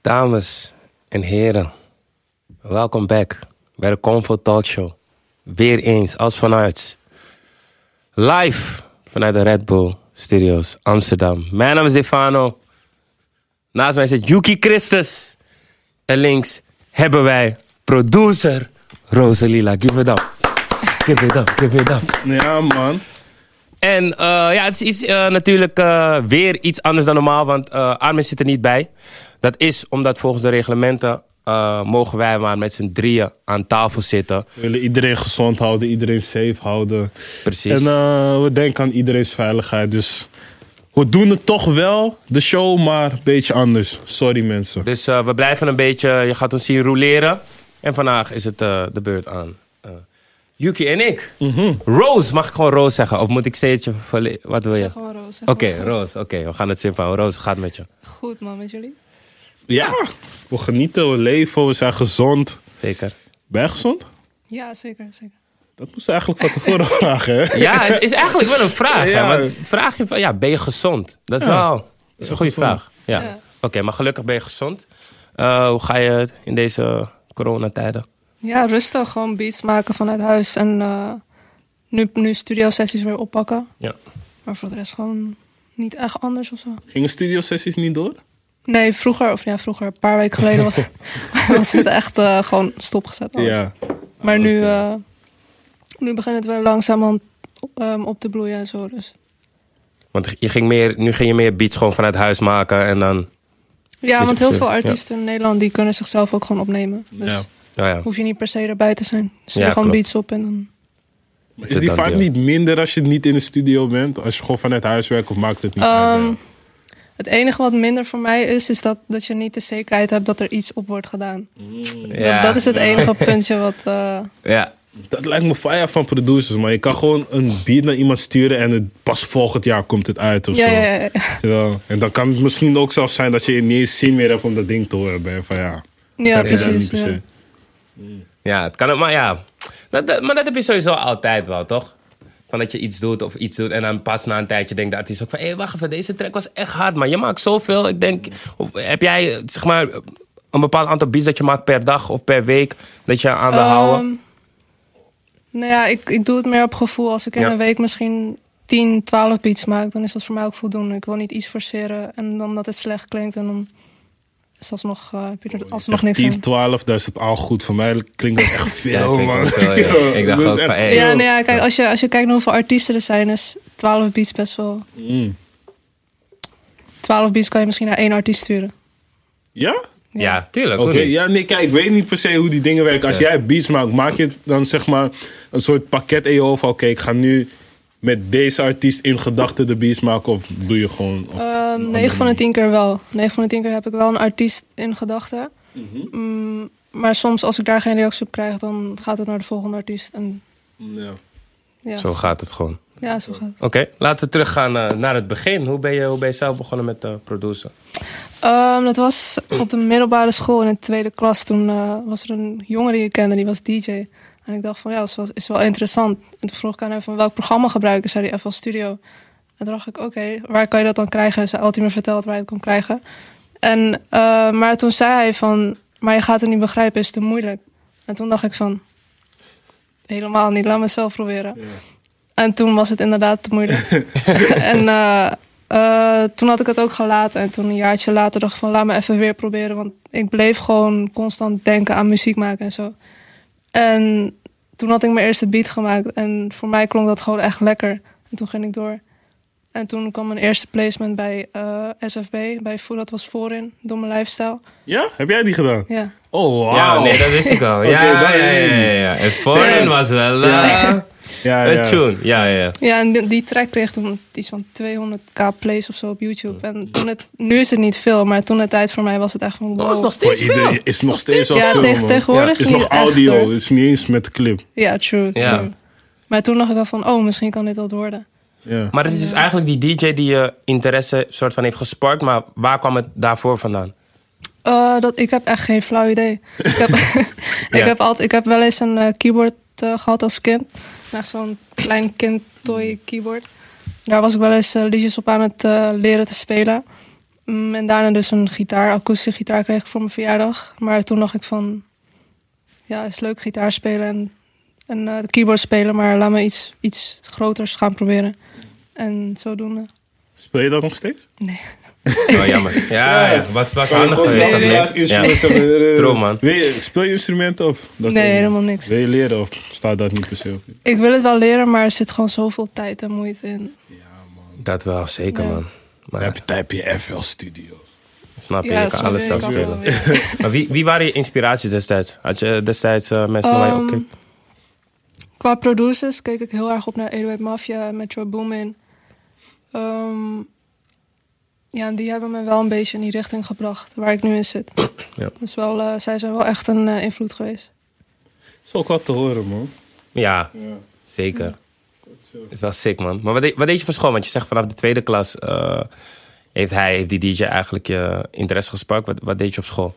Dames en heren, welkom back bij de Comfort Talk Show. Weer eens, als vanuit. Live vanuit de Red Bull Studios Amsterdam. Mijn naam is Stefano. Naast mij zit Yuki Christus. En links hebben wij producer Rosalila. Give it up. Give it up, give it up. Ja, man. En het is natuurlijk weer iets anders dan normaal, want Armin zit er niet bij. Dat is omdat volgens de reglementen mogen wij maar met z'n drieën aan tafel zitten. We willen iedereen gezond houden, iedereen safe houden. Precies. En we denken aan iedereen's veiligheid. Dus we doen het toch wel, de show, maar een beetje anders. Sorry mensen. Dus we blijven een beetje, je gaat ons zien roleren. En vandaag is het de beurt aan Yuki en ik. Mm-hmm. Rose, mag ik gewoon Rose zeggen? Of moet ik steeds wat wil je? Zeg gewoon Roos. Oké, Rose. Oké, we gaan het simpel houden. Rose, gaat het met je? Goed man, met jullie? Ja, we genieten, we leven, we zijn gezond. Zeker. Ben je gezond? Ja, zeker. Dat moest je eigenlijk van tevoren vragen, hè? Ja, is eigenlijk wel een vraag. Ja. Hè? Want vraag je van, ben je gezond? Dat is wel een goede vraag. Ja. Ja. Oké, maar gelukkig ben je gezond. Hoe ga je het in deze coronatijden? Ja, rustig. Gewoon beats maken vanuit huis. En nu studiosessies weer oppakken. Ja. Maar voor de rest gewoon niet echt anders of zo. Gingen studiosessies niet door? Nee, vroeger, een paar weken geleden was het echt gewoon stopgezet. Alles. Ja. Maar nu begint het weer langzaam op te bloeien en zo. Dus. Want nu ging je meer beats gewoon vanuit huis maken en dan... Ja, want heel veel Ja. artiesten in Nederland die kunnen zichzelf ook gewoon opnemen. Dus Ja. hoef je niet per se erbij te zijn. Stuur Ja, gewoon klopt. beats op en dan... Maar is die dan vaak deel? niet minder als je niet in de studio bent? Als je gewoon vanuit huis werkt, of maakt het niet uit? Ja? Het enige wat minder voor mij is dat je niet de zekerheid hebt dat er iets op wordt gedaan. Ja. Dat is het enige puntje wat... Ja. Dat lijkt me fire van producers, maar je kan gewoon een beat naar iemand sturen en het pas volgend jaar komt het uit of zo. Ja. Terwijl, en dan kan het misschien ook zelfs zijn dat je niet eens zin meer hebt om dat ding te horen. Ben je van Ja, heb je dat precies. niet per Ja. se. Ja, het kan ook, maar ja. Maar dat heb je sowieso altijd wel, toch? Van dat je iets doet en dan pas na een tijdje denkt de artiest ook van... wacht even, deze track was echt hard, maar je maakt zoveel. Ik denk, heb jij zeg maar een bepaald aantal beats dat je maakt per dag of per week dat je aan wil houden? Nou ja, ik doe het meer op gevoel. Als ik in een week misschien 10, 12 beats maak, dan is dat voor mij ook voldoende. Ik wil niet iets forceren en dan dat het slecht klinkt en dan is alsnog, heb je er alsnog niks 10, aan. 12, dat is het al goed. Voor mij klinkt dat echt veel, Ja, ik denk man. ook wel, ja. Ik dacht Dat is ook van, echt hey. Ja, nee, ja, kijk, als je kijkt naar hoeveel artiesten er zijn, is 12 beats best wel... 12 beats kan je misschien naar 1 artiest sturen. Ja? Ja, tuurlijk. Oké, hoe niet? ja, nee, kijk, ik weet niet per se hoe die dingen werken. Als jij beats maakt, maak je dan zeg maar een soort pakket in je hoofd van... Oké, ik ga nu met deze artiest in gedachten de beats maken, of doe je gewoon... 9 van de 10 keer wel. 9 van de 10 keer heb ik wel een artiest in gedachten. Maar soms als ik daar geen reactie op krijg, dan gaat het naar de volgende artiest. En, ja. Zo gaat het gewoon. Ja, zo gaat het. Oké, laten we teruggaan naar het begin. Hoe ben je zelf begonnen met producer? Dat was op de middelbare school in de tweede klas. Toen was er een jongen die ik kende, die was DJ. En ik dacht van, ja, dat is wel interessant. En toen vroeg ik aan hem van, welk programma gebruiken? Zei hij, FL Studio. En toen dacht ik, oké, waar kan je dat dan krijgen? Hij had hij me verteld waar je het kon krijgen. En, maar toen zei hij van, maar je gaat het niet begrijpen, is te moeilijk. En toen dacht ik van, helemaal niet, laat me het zelf proberen. Ja. En toen was het inderdaad te moeilijk. En toen had ik het ook gelaten. En toen een jaartje later dacht ik van, laat me even weer proberen. Want ik bleef gewoon constant denken aan muziek maken en zo. En toen had ik mijn eerste beat gemaakt. En voor mij klonk dat gewoon echt lekker. En toen ging ik door. En toen kwam mijn eerste placement bij SFB. Dat was Voorin, door mijn lifestyle. Ja? Heb jij die gedaan? Ja. Oh, wow. Ja, nee, dat wist ik al. Ja. En Foreign was wel een tune. Ja. Ja, en die track kreeg toen iets van 200k plays of zo op YouTube. En nu is het niet veel, maar toen de tijd voor mij was het echt van wow. Dat was nog steeds veel. Is nog steeds al ja, veel, tegenwoordig is niet nog echt, audio, hoor. het is niet eens met de clip. Ja, true. Maar toen dacht ik wel van, oh, misschien kan dit wat worden. Ja. Maar het is dus eigenlijk die DJ die je interesse soort van heeft gesparkt. Maar waar kwam het daarvoor vandaan? Ik heb echt geen flauw idee. Ik heb wel eens een keyboard gehad als kind. Echt zo'n klein kind toy keyboard. Daar was ik wel eens liedjes op aan het leren te spelen. En daarna dus een gitaar, akoestische gitaar kreeg ik voor mijn verjaardag. Maar toen dacht ik van, ja, het is leuk gitaar spelen en de keyboard spelen, maar laat me iets groters gaan proberen. En zodoende. Speel je dat nog steeds? Nee. Oh, jammer. Ja. Was handig geweest. Dat leuk. True, man. Speel je instrumenten of? Nee, helemaal niks. Wil je leren of staat dat niet per se op je? Ik wil het wel leren, maar er zit gewoon zoveel tijd en moeite in. Ja, man. Dat wel, zeker, Ja. man. Maar Heb je FL Studio? snap je, Ja, je kan alles zelf snap je, spelen. ik kan wel, ja. Maar wie waren je inspiraties destijds? Had je destijds mensen waar je op keek? Qua producers keek ik heel erg op naar 808 Mafia en Metro Boomin. Ja, en die hebben me wel een beetje in die richting gebracht waar ik nu in zit. Ja. Dus wel, zij zijn wel echt een invloed geweest. Is ook wat te horen, man. Ja, Ja. zeker. Is wel sick, man. Maar wat deed je voor school? Want je zegt vanaf de tweede klas heeft die DJ eigenlijk je interesse gespakt. Wat deed je op school?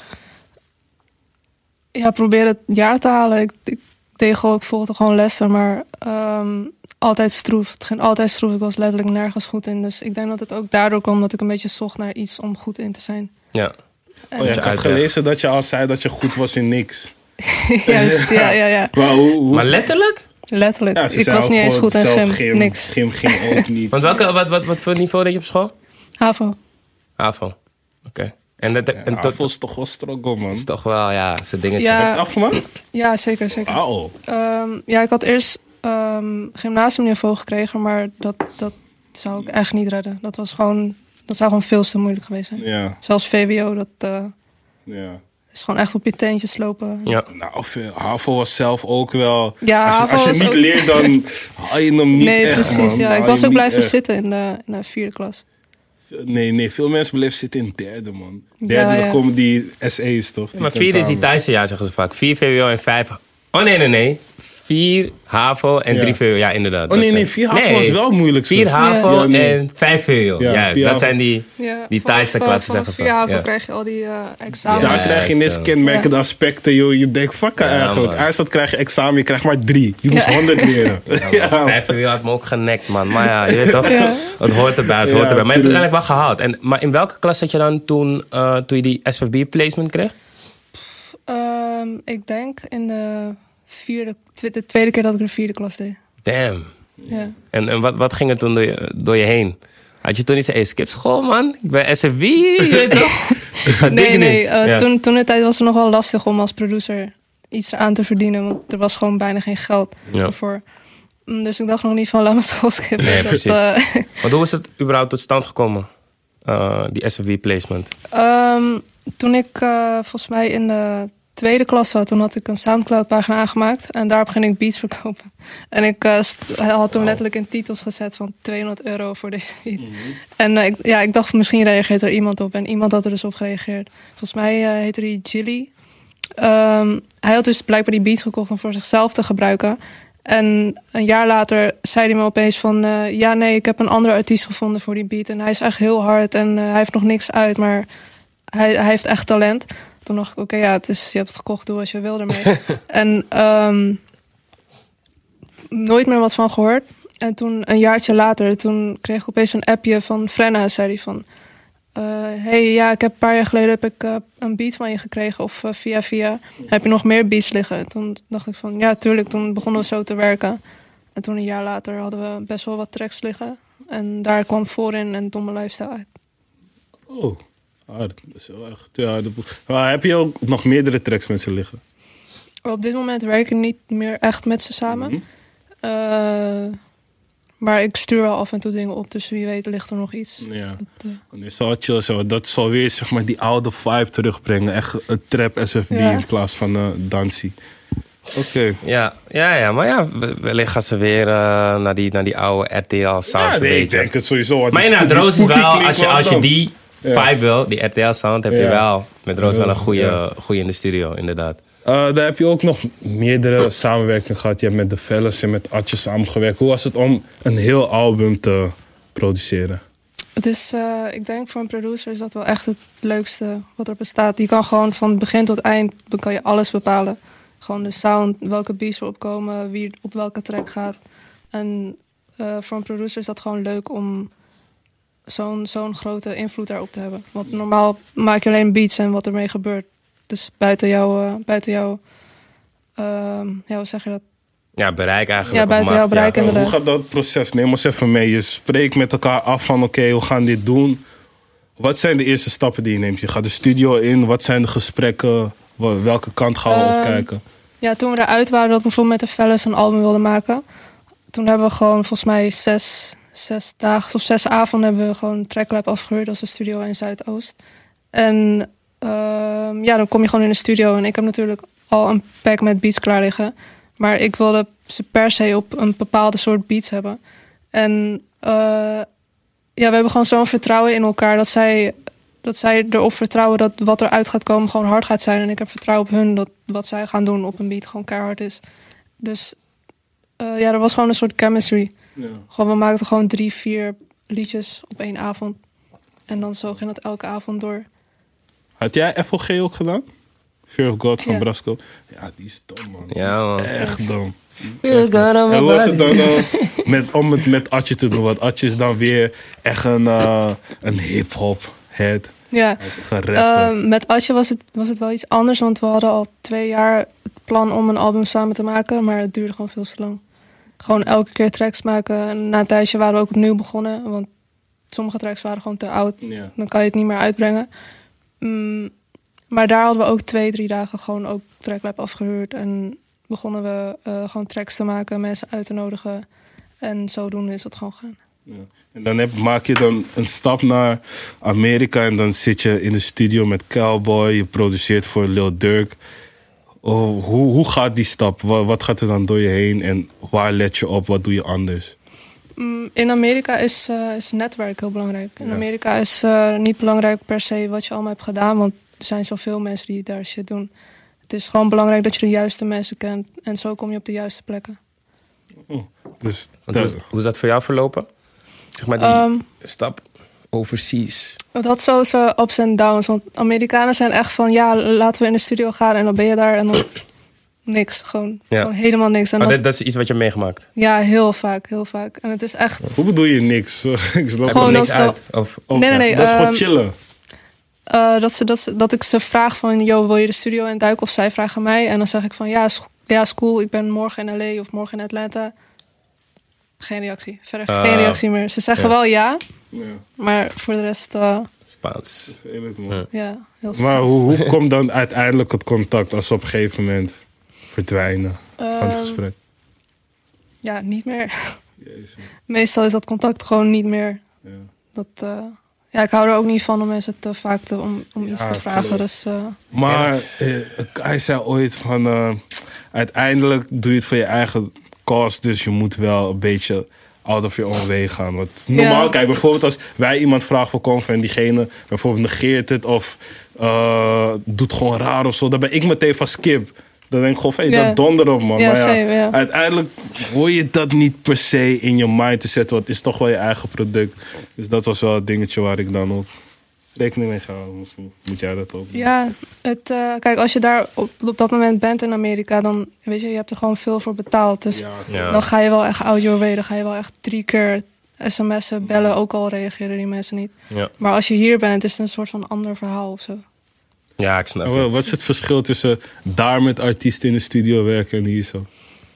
Ja, probeer het jaar te halen. Ik volgde gewoon lessen, maar altijd stroef. Het ging altijd stroef. Ik was letterlijk nergens goed in. Dus ik denk dat het ook daardoor kwam dat ik een beetje zocht naar iets om goed in te zijn. Ja. En Oh ja, ik had gelezen dat je al zei dat je goed was in niks. juist, ja. Maar hoe? Maar letterlijk? Letterlijk. Ja, ze Ik zei was ook niet eens gewoon goed in zelf gym. Niks. Gym ging ook niet. Want wat voor niveau deed je op school? HAVO. AVO. Oké. En tot Avond is toch wel struggle, man. is toch wel, ja, zijn dingetje. Ja. Heb je het afgemaakt? Ja, zeker. Auw. Ja, ik had eerst gymnasiumniveau gekregen, maar dat zou ik echt niet redden. Dat zou gewoon veel te moeilijk geweest zijn. Ja, Zelfs VWO, dat ja. is gewoon echt op je teentjes lopen. Ja. Nou, HAVO was zelf ook wel... Ja, als HAVO je was niet ook- leert, dan haal je hem niet Nee, echt, precies. man. Ja. Haal Ik je was hem ook niet blijven echt. zitten in de vierde klas. Nee, veel mensen blijven zitten in derde, man. Ja, Derde, ja. dan komen die SE's, toch? Maar 4 is die Thaise jaar, zeggen ze vaak. 4 VWO en 5... Oh, nee. 4 HAVO en 3 Ja. VWO. Ja, inderdaad. Oh nee, Dat 4 zijn- HAVO was wel moeilijk. 4 HAVO Ja, nee. en 5 VWO. Ja, Juist, 4 dat HAVO. zijn die Thaise klassen, zeggen ze. Vanaf 4 HAVO Ja. krijg je al die examens. Daar Ja, krijg je juist, ineens kenmerkende aspecten, joh. Je denkt, fuck Ja, eigenlijk. man. Eerst dat krijg je examen, je krijgt maar 3. Je moest Ja. 100 leren. Ja. 5 VWO had me ook genekt, man. Maar ja, je weet toch? Ja. Het hoort erbij, het Ja, hoort erbij. Maar je hebt het tuurlijk. uiteindelijk wel gehaald. Maar in welke klas zat je dan toen je die SFB-placement kreeg? Ik denk in de tweede keer dat ik de vierde klas deed. Damn. Ja. En wat ging er toen door je heen? Had je toen niet gezegd, skip school, man? Ik ben SFB, je weet toch? Ik ga dingen Nee, doen. Ja. toen de tijd was het nog wel lastig om als producer iets aan te verdienen. Want er was gewoon bijna geen geld Ja. voor. Dus ik dacht nog niet van, laat me school skippen. Nee, Dat, precies. Want hoe is het überhaupt tot stand gekomen? Die SFB-placement? Toen ik volgens mij in de tweede klas zat, toen had ik een Soundcloud-pagina aangemaakt. En daarop ging ik beats verkopen. En ik had toen letterlijk in titels gezet van €200 voor deze beat. En ik dacht, misschien reageert er iemand op. En iemand had er dus op gereageerd. Volgens mij heette die Jilly. Hij had dus blijkbaar die beat gekocht om voor zichzelf te gebruiken. En een jaar later zei hij me opeens van... ja, nee, ik heb een andere artiest gevonden voor die beat. En hij is echt heel hard en hij heeft nog niks uit, maar hij heeft echt talent. Toen dacht ik, oké, ja, je hebt het gekocht, doe als je wil ermee. En nooit meer wat van gehoord. En toen, een jaartje later, toen kreeg ik opeens een appje van Frenna. Zei hij van... hey, ja, ik heb een paar jaar geleden een beat van je gekregen. Of via. Heb je nog meer beats liggen? En toen dacht ik van, ja, tuurlijk. Toen begonnen we zo te werken. En toen een jaar later hadden we best wel wat tracks liggen. En daar kwam Voorin en Domme Lifestyle uit. Oh, dat is wel echt... Ja, maar heb je ook nog meerdere tracks met ze liggen? Op dit moment werk ik niet meer echt met ze samen. Maar ik stuur wel af en toe dingen op. Dus wie weet ligt er nog iets. Ja. Dat, Dat is wel chill zo. Dat zal weer zeg maar die oude vibe terugbrengen. Echt een trap SFB Ja. in plaats van dansie. Oké. Ja, maar ja, wellicht gaan ze weer naar die oude RTL-sounds Ja, een nee, ik beetje. denk het sowieso. Want Maar die inderdaad, Roos is spooky wel, klinkt als je dan. die vibe wil, die RTL-sound, heb je Ja. wel met Roos wel een Ja. goede in de studio, inderdaad. Daar heb je ook nog meerdere samenwerkingen gehad. Je hebt met The Fellas en met Atje samengewerkt. Hoe was het om een heel album te produceren? Het is, ik denk voor een producer is dat wel echt het leukste wat er bestaat. Je kan gewoon van begin tot eind kan je alles bepalen. Gewoon de sound, welke beats erop komen, wie op welke track gaat. En voor een producer is dat gewoon leuk om zo'n grote invloed daarop te hebben. Want normaal maak je alleen beats en wat ermee gebeurt. Dus buiten jouw hoe zeg je dat? Ja, bereik eigenlijk. Ja, buiten jouw bereik inderdaad. Hoe gaat dat proces? Neem ons even mee. Je spreekt met elkaar af van oké, we gaan dit doen. Wat zijn de eerste stappen die je neemt? Je gaat de studio in. Wat zijn de gesprekken? Welke kant gaan we opkijken? Ja, toen we eruit waren dat we bijvoorbeeld met de Fellas een album wilden maken. Toen hebben we gewoon volgens mij 6 dagen of 6 avonden hebben we gewoon een tracklab afgehuurd als een studio in Zuidoost. En dan kom je gewoon in de studio. En ik heb natuurlijk al een pack met beats klaar liggen. Maar ik wilde ze per se op een bepaalde soort beats hebben. En we hebben gewoon zo'n vertrouwen in elkaar dat zij erop vertrouwen dat wat eruit gaat komen gewoon hard gaat zijn. En ik heb vertrouwen op hun dat wat zij gaan doen op een beat gewoon keihard is. Dus er was gewoon een soort chemistry. Ja. Gewoon, we maakten gewoon 3-4 liedjes op 1 avond. En dan zo ging dat elke avond door. Had jij FOG ook gedaan? Fear of God van Brasco. Ja, die is dom, man. Ja, man. Echt dom. En was het dan met Atje te doen? Want Atje is dan weer echt een hip-hop head. Ja, met Atje was het wel iets anders. Want we hadden al 2 jaar het plan om een album samen te maken. Maar het duurde gewoon veel te lang. Gewoon elke keer tracks maken. En na een tijdje waren we ook opnieuw begonnen. Want sommige tracks waren gewoon te oud. Ja. Dan kan je het niet meer uitbrengen. Maar daar hadden we ook 2-3 dagen gewoon ook tracklab afgehuurd. En begonnen we gewoon tracks te maken, mensen uit te nodigen. En zodoende is het gewoon gaan. Ja. En dan maak je dan een stap naar Amerika. En dan zit je in de studio met Cowboy. Je produceert voor Lil Durk. Hoe gaat die stap? Wat gaat er dan door je heen? En waar let je op? Wat doe je anders? In Amerika is netwerk heel belangrijk. In Amerika is niet belangrijk per se wat je allemaal hebt gedaan. Want er zijn zoveel mensen die daar shit doen. Het is gewoon belangrijk dat je de juiste mensen kent. En zo kom je op de juiste plekken. Dus hoe is dat voor jou verlopen? Zeg maar die stap overseas. Dat sowieso ups en downs. Want Amerikanen zijn echt van... ja, laten we in de studio gaan. En dan ben je daar en dan niks. Gewoon helemaal niks. En dat is iets wat je hebt meegemaakt? Ja, heel vaak. En het is echt... Hoe bedoel je niks? Ik snap gewoon niks uit? Nee. Dat is gewoon chillen. Dat ik ze vraag van... Yo, wil je de studio in duiken? Of zij vragen mij. En dan zeg ik van... Ja, is cool. Ik ben morgen in LA of morgen in Atlanta. Geen reactie. Verder geen reactie meer. Ze zeggen wel ja. Maar voor de rest... Spaans. Ja, heel Spaans. Maar hoe komt dan uiteindelijk het contact als ze op een gegeven moment verdwijnen van het gesprek? Ja, niet meer. Jezus. Meestal is dat contact gewoon niet meer. Ja. Ik hou er ook niet van om mensen te vaak om iets te vragen. Dus, maar hij zei ooit van... uiteindelijk doe je het voor je eigen cause. Dus je moet wel een beetje out of your own way gaan. Want normaal, kijk, bijvoorbeeld als wij iemand vragen voor Conf en diegene bijvoorbeeld negeert het of doet gewoon raar of zo, dan ben ik meteen van skip. Dan denk ik gewoon, dat donder op, man. Ja, maar uiteindelijk hoor je dat niet per se in je mind te zetten, want het is toch wel je eigen product. Dus dat was wel het dingetje waar ik dan ook rekening mee ga houden. Misschien moet jij dat ook doen. Ja, kijk, als je daar op dat moment bent in Amerika, dan weet je hebt er gewoon veel voor betaald. Dus dan ga je wel echt out your way. Dan ga je wel echt 3 keer sms'en, bellen, ook al reageren die mensen niet. Ja. Maar als je hier bent, is het een soort van ander verhaal of zo. Ja, ik snap het. Wat is het verschil tussen daar met artiesten in de studio werken en hier zo?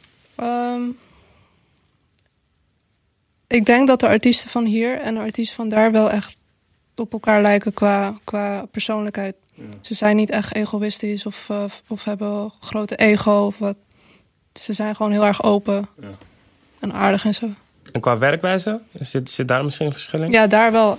Ik denk dat de artiesten van hier en de artiesten van daar wel echt op elkaar lijken qua persoonlijkheid. Ja. Ze zijn niet echt egoïstisch of hebben een grote ego of wat. Ze zijn gewoon heel erg open en aardig en zo. En qua werkwijze? Zit daar misschien een verschil in? Ja, daar wel.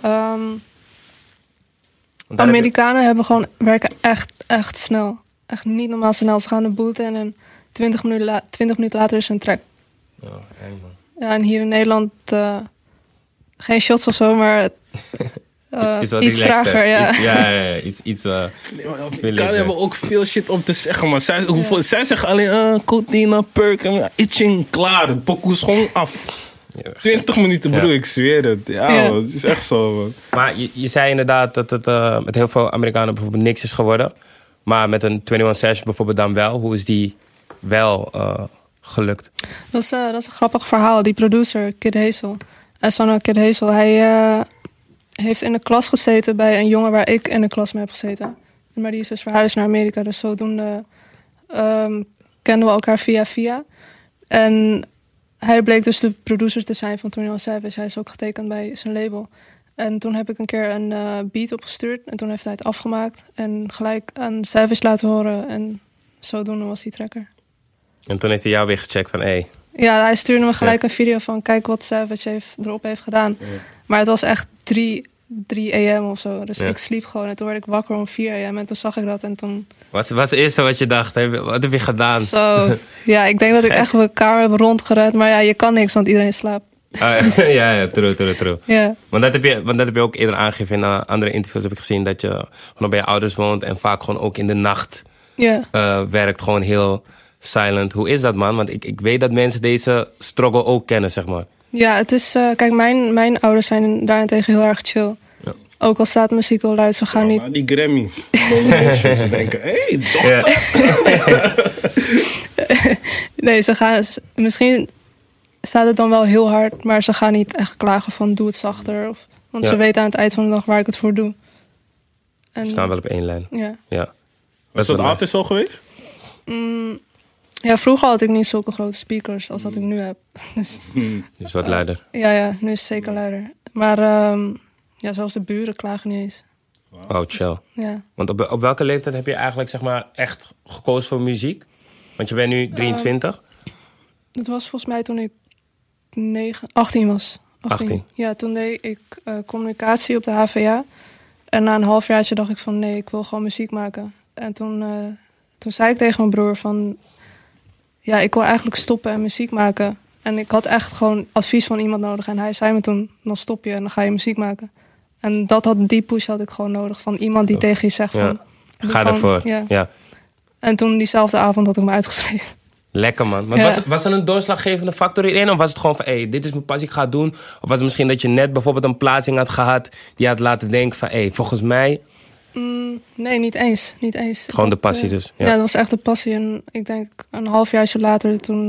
Amerikanen werken echt snel. Echt niet normaal snel. Ze gaan de boot in en 20 minuten later is een track. Oh, eng, man. Ja, en hier in Nederland geen shots of zo, maar iets trager. Iets Amerikanen hebben ook veel shit om te zeggen, maar zij zeggen alleen codeine, perk, itching, klaar. Het pokoe is gewoon af. 20 minuten, broer, ik zweer het. Ja, man, het is echt zo, man. Maar je zei inderdaad dat het met heel veel Amerikanen bijvoorbeeld niks is geworden. Maar met een 21 Savage bijvoorbeeld dan wel. Hoe is die wel gelukt? Dat is een grappig verhaal. Die producer, Kid Hazel. Kid Hazel, heeft in de klas gezeten bij een jongen waar ik in de klas mee heb gezeten. Maar die is dus verhuisd naar Amerika. Dus zodoende kenden we elkaar via. En hij bleek dus de producer te zijn van 21 Savage. Hij is ook getekend bij zijn label. En toen heb ik een keer een beat opgestuurd. En toen heeft hij het afgemaakt. En gelijk aan Savage laten horen. En zodoende was hij tracker. En toen heeft hij jou weer gecheckt van... Hey. Ja, hij stuurde me gelijk een video van... Kijk wat Savage erop heeft gedaan. Ja. Maar het was echt 3 AM of zo. Dus ik sliep gewoon. En toen werd ik wakker om 4 AM. En toen zag ik dat en toen... Wat is het eerste wat je dacht? Wat heb je gedaan? Zo, ja, ik denk dat ik echt mijn kamer heb rondgered. Maar ja, je kan niks, want iedereen slaapt. Ja, true. Ja. Want dat heb je ook eerder aangegeven in andere interviews heb ik gezien. Dat je gewoon bij je ouders woont. En vaak gewoon ook in de nacht werkt. Gewoon heel silent. Hoe is dat, man? Want ik weet dat mensen deze struggle ook kennen, zeg maar. Ja, het is... kijk, mijn ouders zijn daarentegen heel erg chill. Ja. Ook al staat muziek al luid, ze gaan niet... Die Grammy. Ze denken, hé, Nee, ze gaan... Misschien staat het dan wel heel hard, maar ze gaan niet echt klagen van doe het zachter. Want ze weten aan het eind van de dag waar ik het voor doe. En, we staan wel op één lijn. Ja. Was dat altijd zo geweest? Ja, vroeger had ik niet zulke grote speakers als dat ik nu heb. Dus wat luider. Ja, nu is het zeker luider. Maar zelfs de buren klagen niet eens. Wow, chill. Ja. Want op welke leeftijd heb je eigenlijk zeg maar echt gekozen voor muziek? Want je bent nu 23. Dat was volgens mij toen ik 18 was. 18? Ja, toen deed ik communicatie op de HVA. En na een halfjaartje dacht ik van nee, ik wil gewoon muziek maken. En toen zei ik tegen mijn broer van... Ja, ik wil eigenlijk stoppen en muziek maken. En ik had echt gewoon advies van iemand nodig. En hij zei me toen, dan stop je en dan ga je muziek maken. En die push had ik gewoon nodig. Van iemand die tegen je zegt van... Ga ervoor. Ja. En toen diezelfde avond had ik me uitgeschreven. Lekker, man. Maar was er een doorslaggevende factor hierin? Of was het gewoon van, dit is mijn passie, ik ga het doen? Of was het misschien dat je net bijvoorbeeld een plaatsing had gehad... die had laten denken van, volgens mij... Nee, niet eens. Gewoon de passie dus. Ja, dat was echt de passie. En ik denk een halfjaartje later, toen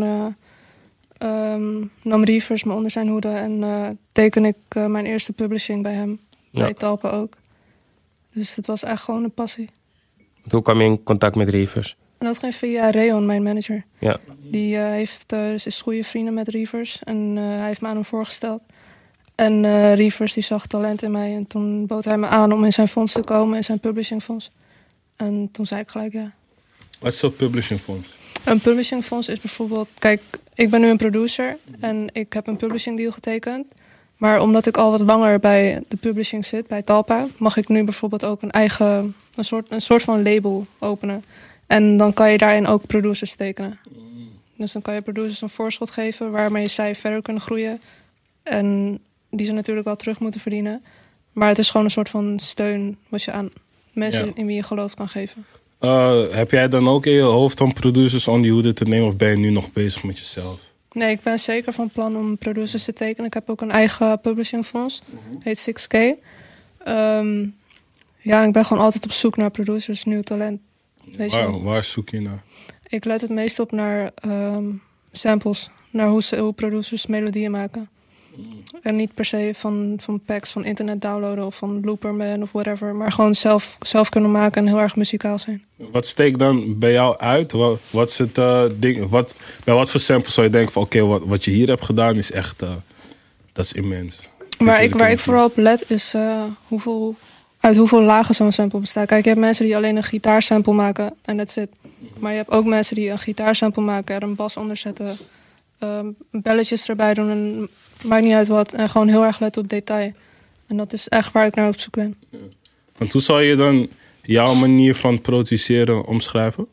nam Reavers me onder zijn hoede. En teken ik mijn eerste publishing bij hem. Bij Talpa ook. Dus het was echt gewoon een passie. Hoe kwam je in contact met Reavers? En dat ging via Reon, mijn manager. Ja. Die is goede vrienden met Reavers. En hij heeft me aan hem voorgesteld. En Reavers die zag talent in mij. En toen bood hij me aan om in zijn fonds te komen. In zijn publishingfonds. En toen zei ik gelijk ja. Wat is zo'n publishingfonds? Een publishingfonds is bijvoorbeeld... Kijk, ik ben nu een producer. En ik heb een publishing deal getekend. Maar omdat ik al wat langer bij de publishing zit, bij Talpa... mag ik nu bijvoorbeeld ook een soort van label openen. En dan kan je daarin ook producers tekenen. Dus dan kan je producers een voorschot geven... waarmee zij verder kunnen groeien. En die ze natuurlijk wel terug moeten verdienen. Maar het is gewoon een soort van steun... wat je aan mensen in wie je gelooft kan geven. Heb jij dan ook in je hoofd om producers on die hoede te nemen... of ben je nu nog bezig met jezelf? Nee, ik ben zeker van plan om producers te tekenen. Ik heb ook een eigen publishingfonds. Heet 6K. En ik ben gewoon altijd op zoek naar producers, nieuw talent. Waar zoek je naar? Ik let het meest op naar samples. Naar hoe producers melodieën maken. En niet per se van packs, van internet downloaden... of van Looperman of whatever. Maar gewoon zelf kunnen maken en heel erg muzikaal zijn. Wat steekt dan bij jou uit? Wat is het ding? Bij wat voor samples zou je denken van... oké, wat je hier hebt gedaan is echt... dat is immens. Waar ik vooral op let is uit hoeveel lagen zo'n sample bestaat. Kijk, je hebt mensen die alleen een gitaarsample maken en that's it. Maar je hebt ook mensen die een gitaarsample maken... er een bas onder zetten... belletjes erbij doen en maakt niet uit wat. En gewoon heel erg letten op detail. En dat is echt waar ik naar op zoek ben. Ja. Want hoe zou je dan jouw manier van produceren omschrijven?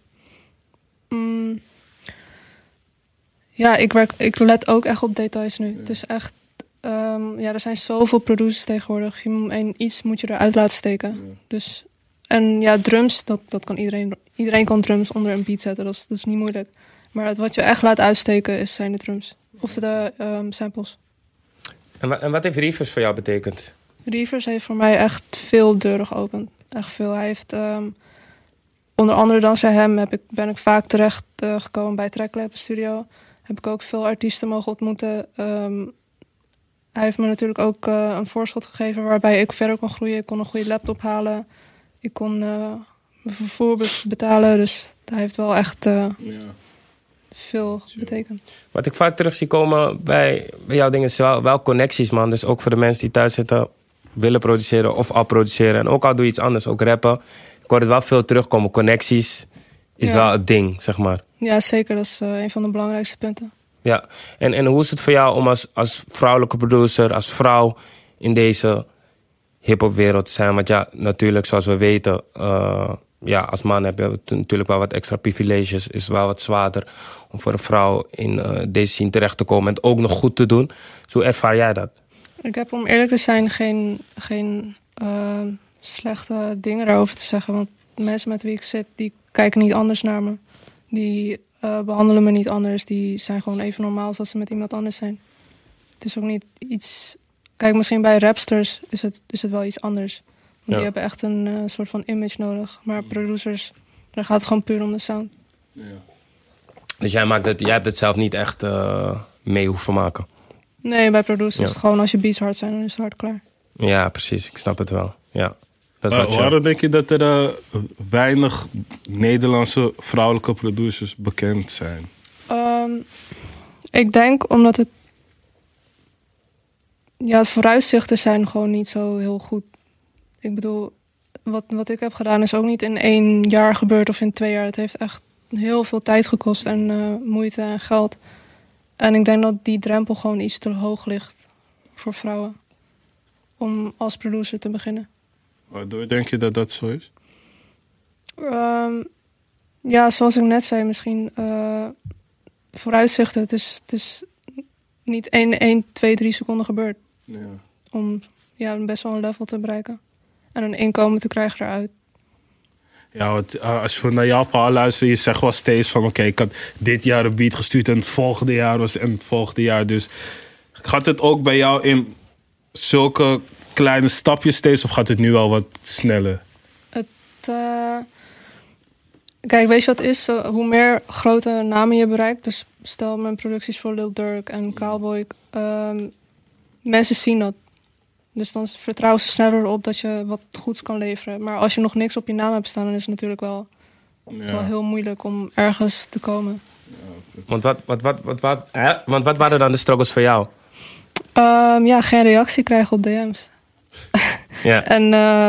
Ik let ook echt op details nu. Ja. Het is echt... er zijn zoveel producers tegenwoordig. Iets moet je eruit laten steken. Ja. Dus, en ja, drums, dat kan iedereen. Iedereen kan drums onder een beat zetten. Dat is niet moeilijk. Maar wat je echt laat uitsteken zijn de drums. Of de samples. En wat heeft Reavers voor jou betekend? Reavers heeft voor mij echt veel deuren geopend. Echt veel. Hij heeft... onder andere dankzij hem ben ik vaak terecht gekomen bij Tracklab Studio. Heb ik ook veel artiesten mogen ontmoeten. hij heeft me natuurlijk ook een voorschot gegeven waarbij ik verder kon groeien. Ik kon een goede laptop halen. Ik kon mijn vervoer betalen. Dus hij heeft wel echt veel betekend. Wat ik vaak terug zie komen bij jouw dingen is wel connecties, man. Dus ook voor de mensen die thuis zitten, willen produceren of al produceren. En ook al doe je iets anders, ook rappen. Ik hoor het wel veel terugkomen. Connecties is wel het ding, zeg maar. Ja, zeker. Dat is een van de belangrijkste punten. Ja, en hoe is het voor jou om als vrouwelijke producer, als vrouw in deze hiphopwereld te zijn? Want ja, natuurlijk, zoals we weten, als man heb je natuurlijk wel wat extra privileges. Is het wel wat zwaarder om voor een vrouw in deze scene terecht te komen en het ook nog goed te doen. Dus hoe ervaar jij dat? Ik heb, om eerlijk te zijn, geen slechte dingen daarover te zeggen. Want mensen met wie ik zit, die kijken niet anders naar me. Die behandelen me niet anders. Die zijn gewoon even normaal als ze met iemand anders zijn. Het is ook niet iets... Kijk, misschien bij rapsters is het wel iets anders. Want die hebben echt een soort van image nodig. Maar producers, daar gaat het gewoon puur om de sound. Ja. Dus jij hebt het zelf niet echt mee hoeven maken? Nee, bij producers is het gewoon als je beats hard zijn, dan is het hard klaar. Ja, precies. Ik snap het wel. Ja. Waarom denk je dat er weinig Nederlandse vrouwelijke producers bekend zijn? Ik denk omdat het vooruitzichten zijn gewoon niet zo heel goed. Ik bedoel, wat ik heb gedaan is ook niet in 1 jaar gebeurd of in 2 jaar. Het heeft echt heel veel tijd gekost en moeite en geld. En ik denk dat die drempel gewoon iets te hoog ligt voor vrouwen om als producer te beginnen. Waardoor denk je dat dat zo is? Zoals ik net zei, misschien vooruitzichten. Het is niet 1, 2, 3 seconden gebeurd. Ja. Om best wel een level te bereiken. En een inkomen te krijgen eruit. Ja, want als we naar jouw verhaal luisteren, je zegt wel steeds van oké, ik had dit jaar een beat gestuurd en het volgende jaar was en het volgende jaar. Dus gaat het ook bij jou in zulke kleine stapjes steeds of gaat het nu al wat sneller? Kijk, weet je wat het is? Hoe meer grote namen je bereikt, dus stel mijn producties voor Lil Durk en Cowboy, mensen zien dat. Dus dan vertrouwen ze sneller op dat je wat goeds kan leveren. Maar als je nog niks op je naam hebt staan, dan is het natuurlijk wel, wel heel moeilijk om ergens te komen. Want wat waren dan de struggles voor jou? Geen reactie krijgen op DM's. Ja. En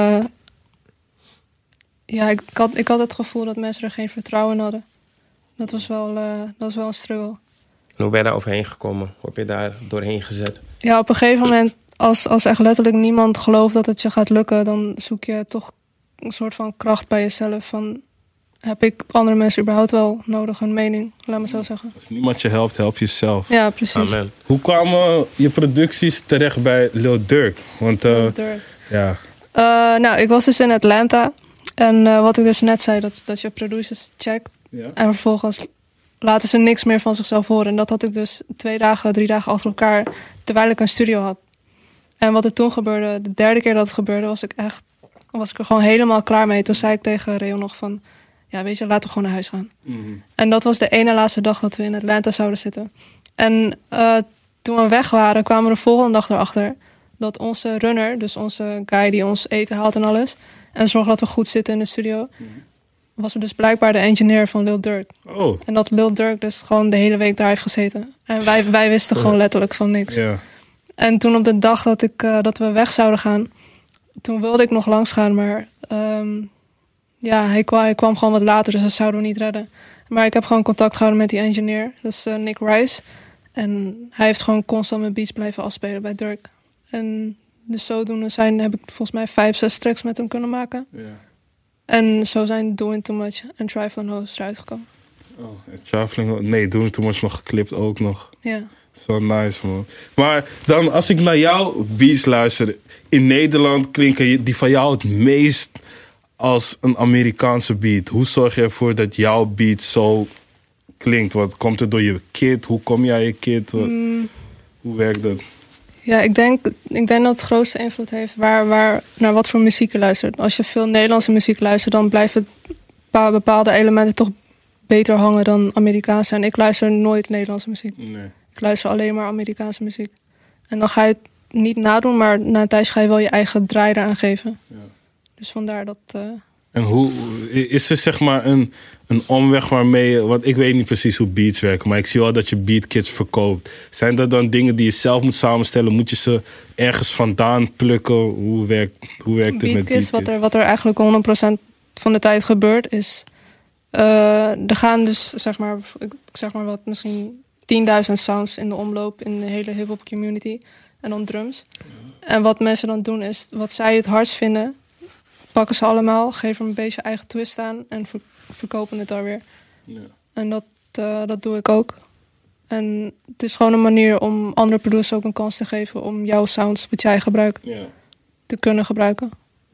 ik had het gevoel dat mensen er geen vertrouwen in hadden. Dat was wel een struggle. En hoe ben je daar overheen gekomen? Hoe heb je daar doorheen gezet? Ja, op een gegeven moment, als echt letterlijk niemand gelooft dat het je gaat lukken, dan zoek je toch een soort van kracht bij jezelf. Van, heb ik andere mensen überhaupt wel nodig, een mening? Laat me zo zeggen. Als niemand je helpt, help jezelf. Ja, precies. Amen. Hoe kwamen je producties terecht bij Lil Durk? Want Lil Durk. Ja. Ik was dus in Atlanta. En wat ik dus net zei, dat je producers checkt. Ja. En vervolgens laten ze niks meer van zichzelf horen. En dat had ik dus 2 dagen, 3 dagen achter elkaar, terwijl ik een studio had. En wat er toen gebeurde, de 3e keer dat het gebeurde, was ik er gewoon helemaal klaar mee. Toen zei ik tegen Reo nog van, ja, weet je, laten we gewoon naar huis gaan. Mm-hmm. En dat was de ene laatste dag dat we in Atlanta zouden zitten. En toen we weg waren, kwamen we de volgende dag erachter dat onze runner, dus onze guy die ons eten haalt en alles, en zorgt dat we goed zitten in de studio, was er dus blijkbaar de engineer van Lil Durk. Oh. En dat Lil Durk dus gewoon de hele week daar heeft gezeten. En wij wisten gewoon letterlijk van niks. Yeah. En toen op de dag dat we weg zouden gaan, toen wilde ik nog langs gaan, maar hij kwam gewoon wat later, dus dat zouden we niet redden. Maar ik heb gewoon contact gehouden met die engineer, dus Nick Rice. En hij heeft gewoon constant mijn beats blijven afspelen bij Durk. En dus zodoende heb ik volgens mij 5, 6 tracks met hem kunnen maken. Yeah. En zo zijn Doing Too Much en Trifling Hoes eruit gekomen. Doing Too Much nog geklipt ook nog. Ja. Yeah. Zo nice, man. Maar dan, als ik naar jouw beats luister, in Nederland klinken die van jou het meest als een Amerikaanse beat. Hoe zorg je ervoor dat jouw beat zo klinkt? Wat komt het door je kit? Hoe kom jij je kit? Hoe werkt dat? Ja, ik denk dat het grootste invloed heeft naar wat voor muziek je luistert. Als je veel Nederlandse muziek luistert, dan blijven bepaalde elementen toch beter hangen dan Amerikaanse. En ik luister nooit Nederlandse muziek. Nee. Ik luister alleen maar Amerikaanse muziek. En dan ga je niet nadoen, maar na een tijdje ga je wel je eigen draai eraan geven. Ja. Dus vandaar dat... En hoe is er zeg maar een omweg waarmee je... Want ik weet niet precies hoe beats werken, maar ik zie wel dat je beatkits verkoopt. Zijn dat dan dingen die je zelf moet samenstellen? Moet je ze ergens vandaan plukken? Hoe werkt het met beatkits? Wat er eigenlijk 100% van de tijd gebeurt is... er gaan dus, zeg maar wat, misschien 10.000 sounds in de omloop in de hele hip-hop community. En dan drums. En wat mensen dan doen is, wat zij het hardst vinden... pakken ze allemaal, geven er een beetje eigen twist aan en verkopen het dan weer. Ja. En dat doe ik ook. En het is gewoon een manier om andere producers ook een kans te geven om jouw sounds, wat jij gebruikt, te kunnen gebruiken.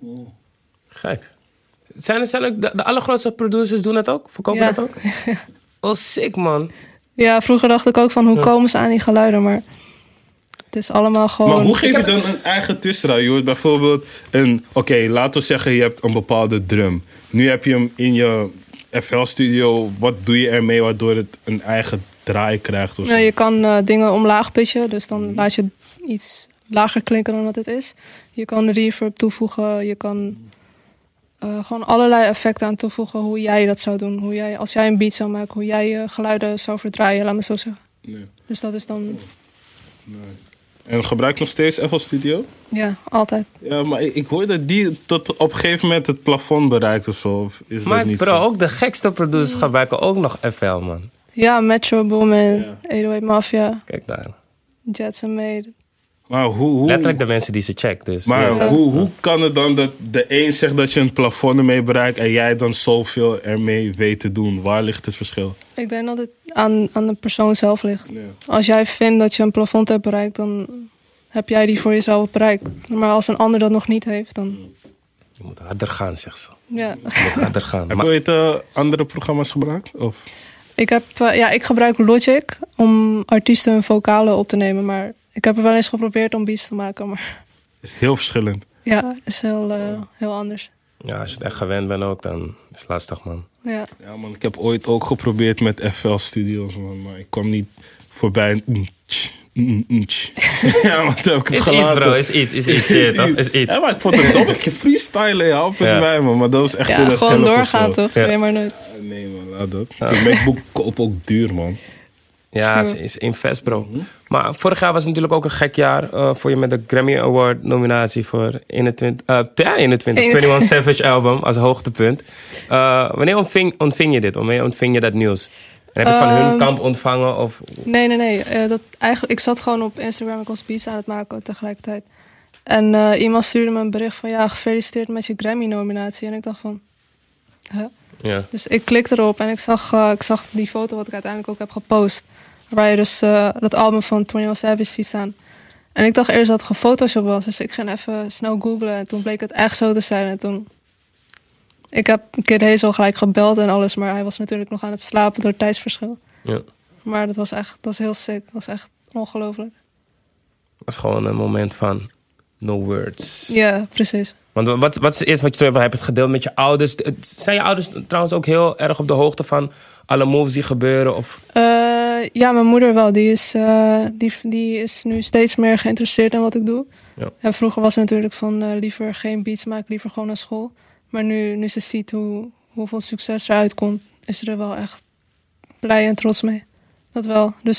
Gek. Zijn ook de allergrootste producers doen het ook? Verkopen dat ook? Oh, sick, man. Ja, vroeger dacht ik ook van hoe komen ze aan die geluiden, maar... Het is allemaal gewoon... Maar hoe geef je dan een eigen twist eraan? Je hoort bijvoorbeeld Oké, laten we zeggen je hebt een bepaalde drum. Nu heb je hem in je FL-studio. Wat doe je ermee waardoor het een eigen draai krijgt? Of ja, je kan dingen omlaag pitchen. Dus dan laat je het iets lager klinken dan dat het is. Je kan reverb toevoegen. Je kan gewoon allerlei effecten aan toevoegen. Hoe jij dat zou doen. Als jij een beat zou maken. Hoe jij je geluiden zou verdraaien. Laat me zo zeggen. Nee. Dus dat is dan... Nee. En gebruik je nog steeds FL Studio? Ja, altijd. Ja, maar ik hoor dat die tot op een gegeven moment het plafond bereikt of zo. Of is maar dat niet bro, zo? ook de gekste producers gebruiken ook nog FL, man. Ja, Metro Boomin, 808 Mafia. Kijk daar. Jetson Made. Maar hoe... Letterlijk de mensen die ze checkt. Dus, maar hoe kan het dan dat de een zegt dat je een plafond ermee bereikt... en jij dan zoveel ermee weet te doen? Waar ligt het verschil? Ik denk dat het aan de persoon zelf ligt. Ja. Als jij vindt dat je een plafond hebt bereikt... dan heb jij die voor jezelf bereikt. Maar als een ander dat nog niet heeft, dan... Je moet harder gaan, zegt ze. Ja. Je moet harder gaan. Heb je ooit andere programma's gebruikt? Of? Ik gebruik Logic om artiesten hun vocalen op te nemen. Maar ik heb er wel eens geprobeerd om beats te maken. Maar... Is het heel verschillend? Ja, is heel anders. Ja, als je het echt gewend bent ook, dan is het lastig, man. Ja, man, ik heb ooit ook geprobeerd met FL Studios, man. Maar ik kwam niet voorbij. Ja, maar toen heb ik het is gelaten. iets, bro. Is iets. Shit, toch? Is iets. Ja, maar ik vond het dom. Ik freestylen, ja, op het bij, man. Maar dat was echt gewoon doorgaan, toch? Ja. Weet maar nooit. Nee, man, laat dat. De MacBook koop ook duur, man. Ja, het is invest, bro. Maar vorig jaar was het natuurlijk ook een gek jaar voor je met de Grammy Award nominatie voor 21 Savage album als hoogtepunt. Wanneer ontving je dit? Wanneer ontving je dat nieuws? En heb je het van hun kamp ontvangen? Of? Nee. Ik zat gewoon op Instagram. Ik was beats aan het maken tegelijkertijd. En iemand stuurde me een bericht van... ja, gefeliciteerd met je Grammy-nominatie. En ik dacht van... Huh? Ja. Dus ik klikte erop en ik zag die foto... wat ik uiteindelijk ook heb gepost. Waar je dus dat album van 21 Savage ziet staan. En ik dacht eerst dat het gefotoshopt was. Dus ik ging even snel googlen. En toen bleek het echt zo te zijn. En toen... Ik heb Kid Hazel gelijk gebeld en alles, maar hij was natuurlijk nog aan het slapen door het tijdsverschil. Ja. Maar dat was heel sick. Dat was echt ongelooflijk. Het was gewoon een moment van no words. Ja, precies. Want wat is het eerste wat je toen hebt gedeeld met je ouders? Zijn je ouders trouwens ook heel erg op de hoogte van alle moves die gebeuren? Of? Ja, mijn moeder wel. Die is nu steeds meer geïnteresseerd in wat ik doe. Ja. En vroeger was ze natuurlijk van liever geen beats maken, liever gewoon naar school. Maar nu ze ziet hoeveel succes eruit komt, is ze er wel echt blij en trots mee. Dat wel. Dus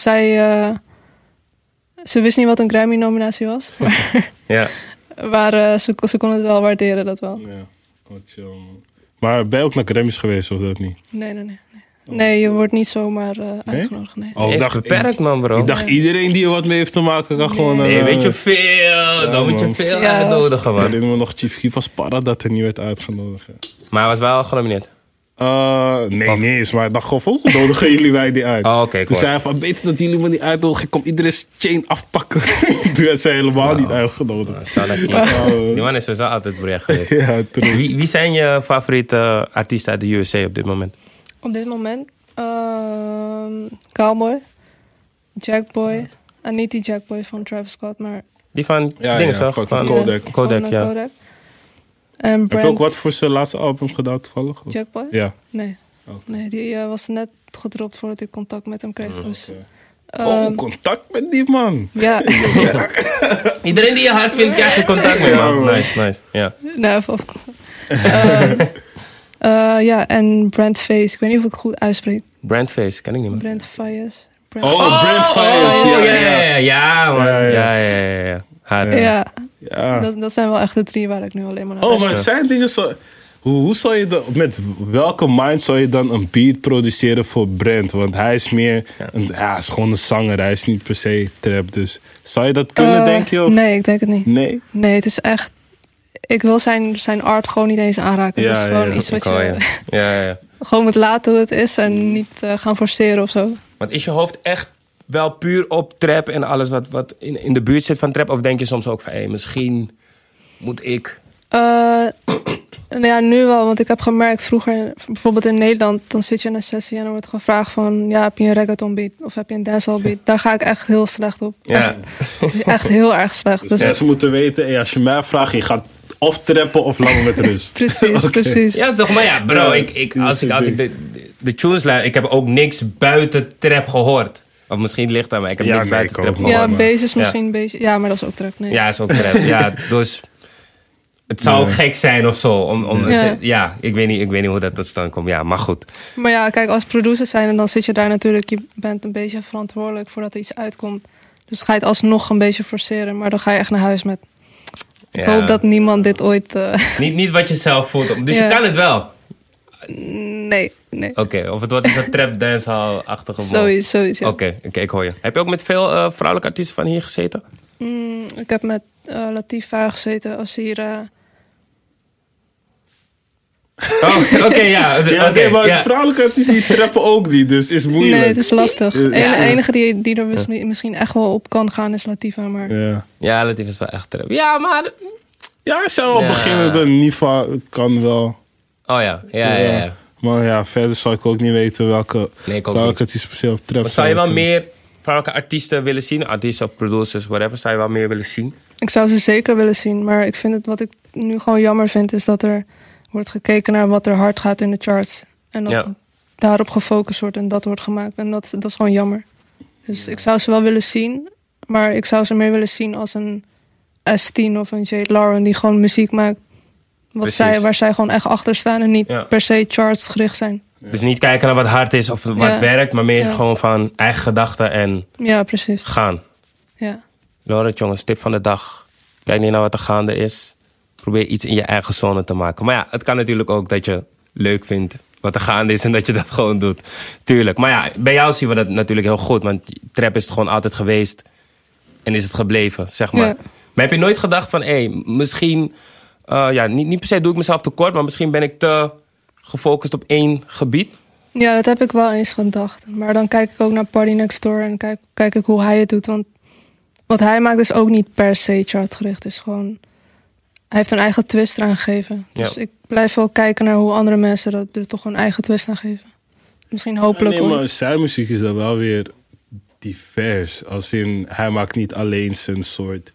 ze wist niet wat een Grammy-nominatie was. Maar, ja. Maar ze kon het wel waarderen, dat wel. Ja, wat chill, man. Maar ben je ook naar Grammys geweest of dat niet? Nee. Nee, je wordt niet zomaar uitgenodigd. Nee. Oh, ik dacht beperkt, man, bro. Ik dacht iedereen die er wat mee heeft te maken kan gewoon... Nee, weet je veel. Dan moet je veel uitnodigen, man. Ik herinner me nog, Chief Keef was para dat hij niet werd uitgenodigd. Maar hij was wel genomineerd? Nee, maar ik dacht gewoon, hoe nodigen jullie wij die uit? Oh, okay, toen zei hij van, beter dat jullie me niet uitnodigen. Ik kom iedereen chain afpakken. Toen werd zij helemaal niet uitgenodigd. Die man is sowieso altijd bericht geweest. Ja, wie zijn je favoriete artiesten uit de USA op dit moment? Op dit moment? Cowboy. Jackboy. En niet die Jackboy van Travis Scott, maar... Die van dingen zo? Van Kodak. Kodak, ja. Kodak. En heb je ook wat voor zijn laatste album gedaan toevallig? Jackboy? Ja. Nee. Okay. Nee, die was net gedropt voordat ik contact met hem kreeg. Dus Contact met die man. Ja. Iedereen die je hart vindt, krijg je contact mee, man. Nice. Ja. Nou, even ja, en Brent Face. Ik weet niet of ik het goed uitspreek. Brandface, ken ik niet meer. Brent Fayez. Brent Fayez. Ja, man. Ja. Haar. Ja. Dat zijn wel echt de 3 waar ik nu alleen maar naar Maar luister. zijn dingen zo... Hoe zou je dan... Met welke mind zou je dan een beat produceren voor Brent? Want hij is meer... hij is gewoon een zanger. Hij is niet per se trap. Dus zou je dat kunnen, denk je? Of? Nee, ik denk het niet. Nee? Nee, het is echt... Ik wil zijn art gewoon niet eens aanraken. Het is gewoon iets wat je gewoon moet laten hoe het is. En niet gaan forceren of zo. Want is je hoofd echt wel puur op trap en alles wat in de buurt zit van trap? Of denk je soms ook van, hey, misschien moet ik... Nou ja, nu wel. Want ik heb gemerkt vroeger, bijvoorbeeld in Nederland... dan zit je in een sessie en dan wordt gevraagd van... ja, heb je een reggaeton beat of heb je een dancehall beat? Daar ga ik echt heel slecht op. Ja. Echt heel erg slecht. Dus... Ja, ze moeten weten, als je mij vraagt... je gaat of trappen of langer met rust. Precies. Ja, toch? Maar ja, bro, als ik de tunes luister... ik heb ook niks buiten trap gehoord. Of misschien ligt aan mij. Ik heb niks buiten trap gehoord. Ja, basis misschien beetje. Ja, maar dat is ook trap. Nee. Ja, is ook trap. Ja, dus... Het zou ook gek zijn of zo. Ik weet niet hoe dat tot stand komt. Ja, maar goed. Maar ja, kijk, als producer zijn... en dan zit je daar natuurlijk... je bent een beetje verantwoordelijk voordat er iets uitkomt. Dus ga je het alsnog een beetje forceren. Maar dan ga je echt naar huis met... Ik hoop dat niemand dit ooit... Niet wat je zelf voelt. Dus je kan het wel? Nee. Oké, of het wordt een trap dancehall-achtige... Zoiets, ja. Oké, ik hoor je. Heb je ook met veel vrouwelijke artiesten van hier gezeten? Ik heb met Latifa gezeten als hier... Maar vrouwelijke artiesten die trappen ook niet, dus is moeilijk. Nee, het is lastig. De enige die er misschien echt wel op kan gaan is Latifa, maar... Ja, Latifa is wel echt trap. Ja, maar... Ja, ik zou wel beginnen, de Niva kan wel. Oh ja. Maar ja, verder zou ik ook niet weten welke vrouwelijke artiesten per se op trap. Zou je wel meer vrouwelijke artiesten willen zien? Artiesten of producers, whatever. Zou je wel meer willen zien? Ik zou ze zeker willen zien, maar ik vind het wat ik nu gewoon jammer vind... is dat er wordt gekeken naar wat er hard gaat in de charts. En dat daarop gefocust wordt en dat wordt gemaakt. En dat is gewoon jammer. Dus ik zou ze wel willen zien, maar ik zou ze meer willen zien als een S10 of een Jade Lauren... die gewoon muziek maakt waar zij gewoon echt achter staan... en niet per se charts gericht zijn. Dus niet kijken naar wat hard is of wat werkt... maar meer gewoon van eigen gedachten en gaan. Ja. Laurent, jongens, tip van de dag. Kijk niet naar wat er gaande is. Probeer iets in je eigen zone te maken. Maar ja, het kan natuurlijk ook dat je leuk vindt wat er gaande is... en dat je dat gewoon doet. Tuurlijk. Maar ja, bij jou zien we dat natuurlijk heel goed. Want trap is het gewoon altijd geweest... en is het gebleven, zeg maar. Ja. Maar heb je nooit gedacht van... misschien... niet per se doe ik mezelf tekort... maar misschien ben ik te gefocust op één gebied? Ja, dat heb ik wel eens gedacht. Maar dan kijk ik ook naar Party Next Door... en kijk ik hoe hij het doet. Want wat hij maakt is ook niet per se chartgericht. Het is gewoon... Hij heeft een eigen twist eraan gegeven. Dus ik blijf wel kijken naar hoe andere mensen dat er toch een eigen twist aan geven. Misschien hopelijk ook. Maar zijn muziek is dan wel weer divers. Als in, hij maakt niet alleen zijn soort...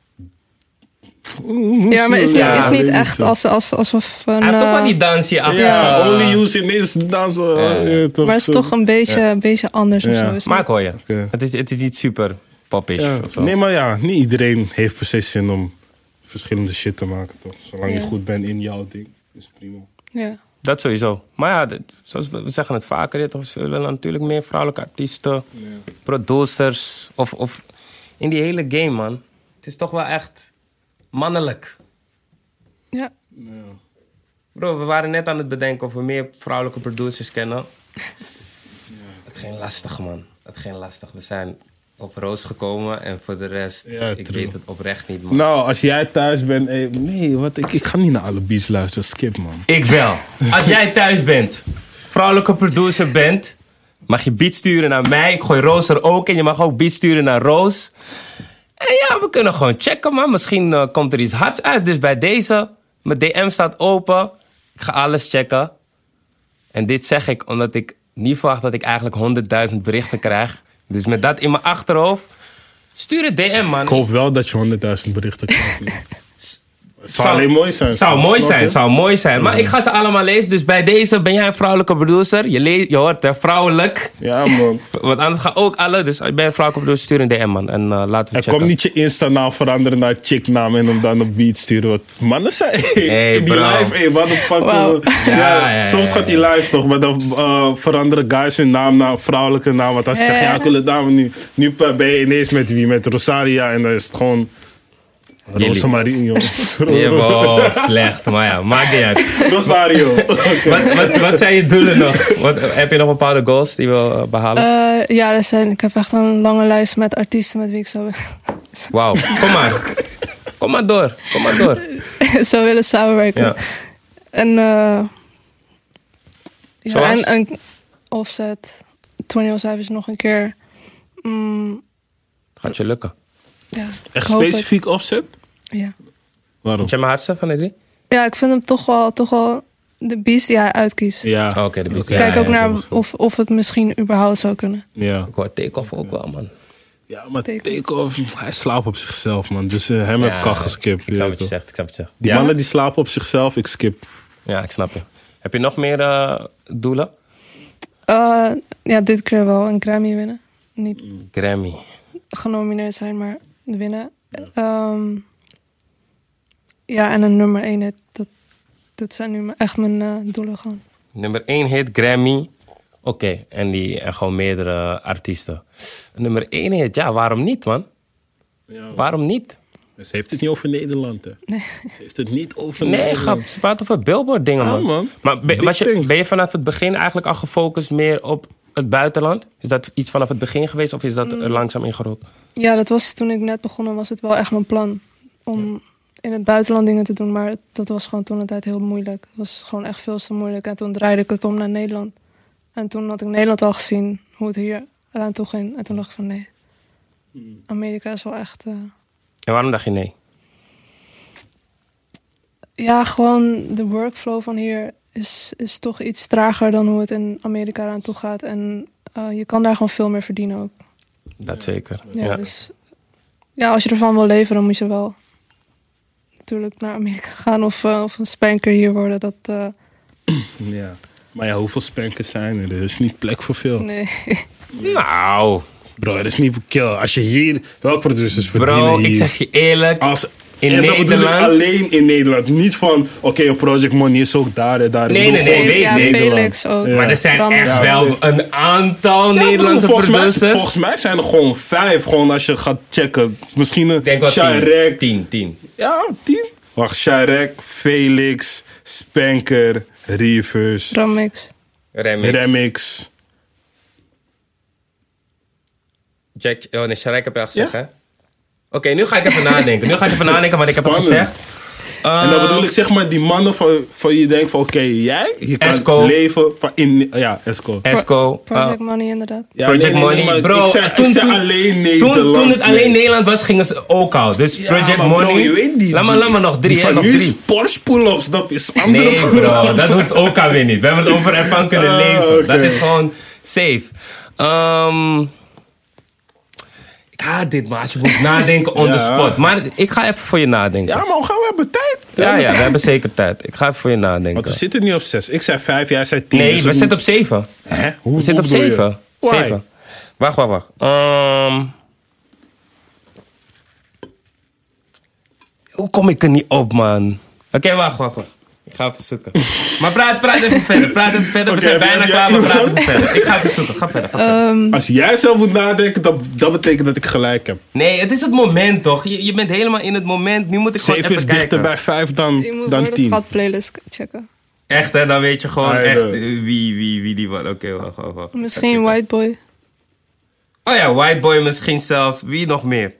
Ja, maar is niet echt alsof een... Hij heeft ook wel die dansje achter. Ja, only use in this dansen. Maar het is toch een beetje anders of zo. Maar ik hoor je. Okay. Het is niet super popish of zo. Nee, maar niet iedereen heeft precies zin om verschillende shit te maken, toch? Zolang je goed bent in jouw ding, is prima. Ja. Dat sowieso. Maar ja, zoals we zeggen het vaker, we willen natuurlijk meer vrouwelijke artiesten, producers, of in die hele game, man. Het is toch wel echt mannelijk. Ja. Bro, we waren net aan het bedenken of we meer vrouwelijke producers kennen. Het ging lastig, man. Het ging lastig. We zijn op Roos gekomen en voor de rest, ik weet het oprecht niet, man. Nou, als jij thuis bent... ik ga niet naar alle beats luisteren, skip, man. Ik wel. Als jij thuis bent, vrouwelijke producer bent, mag je beat sturen naar mij. Ik gooi Roos er ook in. Je mag ook beat sturen naar Roos. En ja, we kunnen gewoon checken, man. Misschien komt er iets hards uit. Dus bij deze, mijn DM staat open. Ik ga alles checken. En dit zeg ik omdat ik niet verwacht dat ik eigenlijk 100.000 berichten krijg. Dus met dat in mijn achterhoofd, stuur een DM, man. Ik hoop wel dat je 100.000 berichten krijgt. Het zou alleen mooi zijn. Zou mooi zijn. Maar ik ga ze allemaal lezen. Dus bij deze ben jij een vrouwelijke producer. Je hoort hè, vrouwelijk. Ja, man. Want anders gaan ook alle. Dus als je bent een vrouwelijke producer, stuur een DM, man. En laten we checken. Kom niet je Insta-naam veranderen naar chick-naam en hem dan een beat sturen. Wat mannen zijn. Hey, in die bro. live, wat een pak. Wow. Ja, soms gaat die live toch, maar dan veranderen guys hun naam naar een vrouwelijke naam. Want als je zegt, ja, ik wil het dame nu ben je ineens met wie? Met Rosaria en dan is het gewoon... Rosemarie, joh. Ja, wow, slecht. Maar ja, maakt niet uit. Rosario. Wat zijn je doelen nog? Heb je nog bepaalde goals die je wil behalen? Ja, ik heb echt een lange lijst met artiesten met wie ik zou, Wauw, kom maar door. zou willen samenwerken. Ja. Zoals? En Offset, 21 Savage nog een keer. Gaat je lukken. Ja, Echt ik hoop het. specifiek Offset? Ja. Waarom? Moet jij mijn hardste van de drie? Ja, ik vind hem toch wel de beast die hij uitkiest. Ja. Oh, oké, de beat. Kijk ook naar dat of het misschien überhaupt zou kunnen. Ja. Ik hoor Take-Off ook wel, man. Ja, maar Take-Off, hij slaapt op zichzelf, man. Dus hem heb ik al geskipt. Ik snap wat je zegt. Die mannen die slapen op zichzelf, ik skip. Ja, ik snap je. Heb je nog meer doelen? Ja, dit keer wel een Grammy winnen. Niet Grammy. genomineerd zijn, maar winnen. Ja, en een nummer 1 dat zijn nu echt mijn doelen gewoon. Nummer 1 hit, Grammy. Oké, en gewoon meerdere artiesten. Nummer 1 hit, ja, waarom niet, man? Ja, Waarom niet? ze heeft het niet over Nederland, hè? Nee. Ze heeft het niet over Nee, Nederland. ze praat over Billboard dingen, Ja, man. man. Maar Big things. ben je vanaf het begin eigenlijk al gefocust meer op het buitenland? Is dat iets vanaf het begin geweest of is dat er langzaam ingerold? Ja, dat was toen ik net begonnen, was het wel echt mijn plan. Om in het buitenland dingen te doen, maar dat was gewoon toen de tijd heel moeilijk. Het was gewoon echt veel te moeilijk. En toen draaide ik het om naar Nederland. En toen had ik Nederland al gezien, hoe het hier eraan toe ging. En toen dacht ik van nee, Amerika is wel echt... En waarom dacht je nee? Ja, gewoon de workflow van hier is toch iets trager dan hoe het in Amerika eraan toe gaat. En je kan daar gewoon veel meer verdienen ook. Dat zeker. Ja, dus ja, als je ervan wil leven, dan moet je wel natuurlijk naar Amerika gaan of een spanker hier worden. Dat, Ja. Maar ja, hoeveel spankers zijn er? Er is niet plek voor veel. nee. Nou, Bro, er is niet kill. Als je hier... Welke producers verdienen bro, hier? ik zeg je eerlijk. In en dat bedoel ik Nederland... alleen in Nederland. Niet van, oké, Project Money is ook daar en daar. Nee, Ik bedoel, nee, gewoon weet ja, Nederland. Felix ook. Ja. Maar er zijn Ram- echt Ja, wel een aantal Ja, Nederlandse broer, producers. volgens mij zijn er gewoon 5. Gewoon als je gaat checken. Misschien Ik een denk wel Sharek. 10. Ja, 10. Wacht, Sharek, Felix, Spanker, Reavers, Remix. Remix. Jack, oh nee, Sharek heb je al gezegd, hè? Oké, nu ga ik even nadenken. Want ik heb het Spannend. gezegd. En dan bedoel ik zeg maar die mannen van je denkt van oké, jij, je kan Esco. leven van ja, Esco. Esco. Project Money inderdaad. Ja, Project Money. maar Bro, ik zeg alleen Nederland. Toen het alleen Nederland was, gingen ze ook al. Dus Ja, Project maar bro, Money. je weet die- Laat me nog 3, Die hè? van Nog nu 3. is Porsche pull-ups, dat is andere Nee, bro, dat hoeft ook alweer niet. We hebben het over ervan kunnen leven. oké. Dat is gewoon safe. Ik haat dit, maar als je moet nadenken on the Ja. spot. Maar ik ga even voor je nadenken. Ja, maar hoe gaan we hebben tijd? Ja, we hebben zeker tijd. Ik ga even voor je nadenken. Want we zitten nu op 6. Ik zei 5, jij zei 10. Nee, dus we het zitten moet- op 7. Hè? Hoe We zitten op bedoel je? 7. Why? 7. Wacht. Hoe kom ik er niet op, man? Oké, wacht. Ik ga even zoeken. Maar praat even verder. We Oké, zijn heb bijna jij klaar, maar praat iemand? even verder. Ik ga even zoeken. Ga verder. Als jij zelf moet nadenken, dat betekent dat ik gelijk heb. Nee, het is het moment, toch? Je bent helemaal in het moment. Nu moet ik gewoon 7 even is kijken. dichter bij 5 Je moet dan de 10. schat playlist checken. Echt, hè? Dan weet je gewoon Ah, echt ja. wie die wordt. Oké, wacht. Misschien White Boy. Oh ja, White Boy misschien zelfs. Wie nog meer?